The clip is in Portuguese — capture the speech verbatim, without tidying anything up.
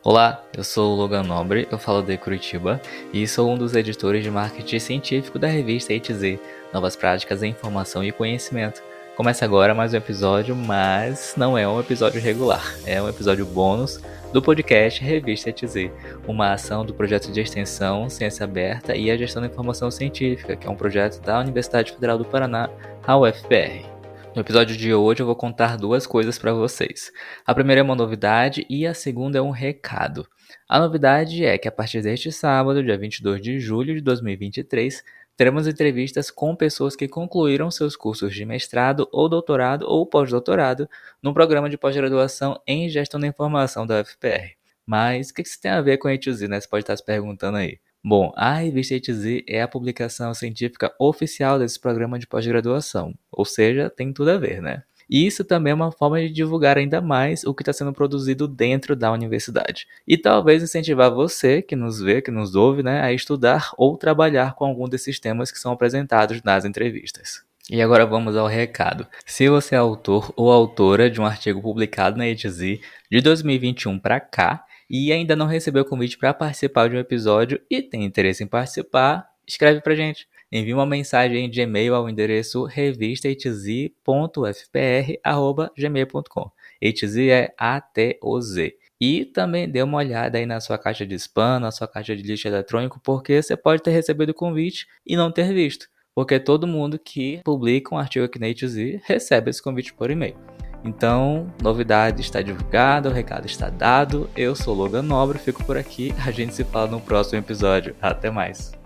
Olá, eu sou o Logan Nobre, eu falo de Curitiba e sou um dos editores de marketing científico da revista A to Z, Novas Práticas em Informação e Conhecimento. Começa agora mais um episódio, mas não é um episódio regular, é um episódio bônus do podcast Revista A to Z, uma ação do projeto de extensão Ciência Aberta e a Gestão da Informação Científica, que é um projeto da Universidade Federal do Paraná, a U F P R. No episódio de hoje eu vou contar duas coisas para vocês. A primeira é uma novidade e a segunda é um recado. A novidade é que a partir deste sábado, dia vinte e dois de julho de dois mil e vinte e três, teremos entrevistas com pessoas que concluíram seus cursos de mestrado ou doutorado ou pós-doutorado no programa de pós-graduação em Gestão da Informação da U F P R. Mas o que isso tem a ver com a A to Z, né? Você pode estar se perguntando aí. Bom, a revista A to Z é a publicação científica oficial desse programa de pós-graduação, ou seja, tem tudo a ver, né? E isso também é uma forma de divulgar ainda mais o que está sendo produzido dentro da universidade. E talvez incentivar você, que nos vê, que nos ouve, né, a estudar ou trabalhar com algum desses temas que são apresentados nas entrevistas. E agora vamos ao recado. Se você é autor ou autora de um artigo publicado na A to Z de dois mil e vinte e um para cá, e ainda não recebeu o convite para participar de um episódio e tem interesse em participar, escreve pra gente. Envie uma mensagem de e-mail ao endereço revista a to z ponto f p r arroba gmail ponto com. A to Z é A T O Z. E também dê uma olhada aí na sua caixa de spam, na sua caixa de lixo eletrônico, porque você pode ter recebido o convite e não ter visto. Porque todo mundo que publica um artigo aqui na A to Z recebe esse convite por e-mail. Então, novidade está divulgada, o recado está dado. Eu sou Logan Nobre, fico por aqui. A gente se fala no próximo episódio. Até mais.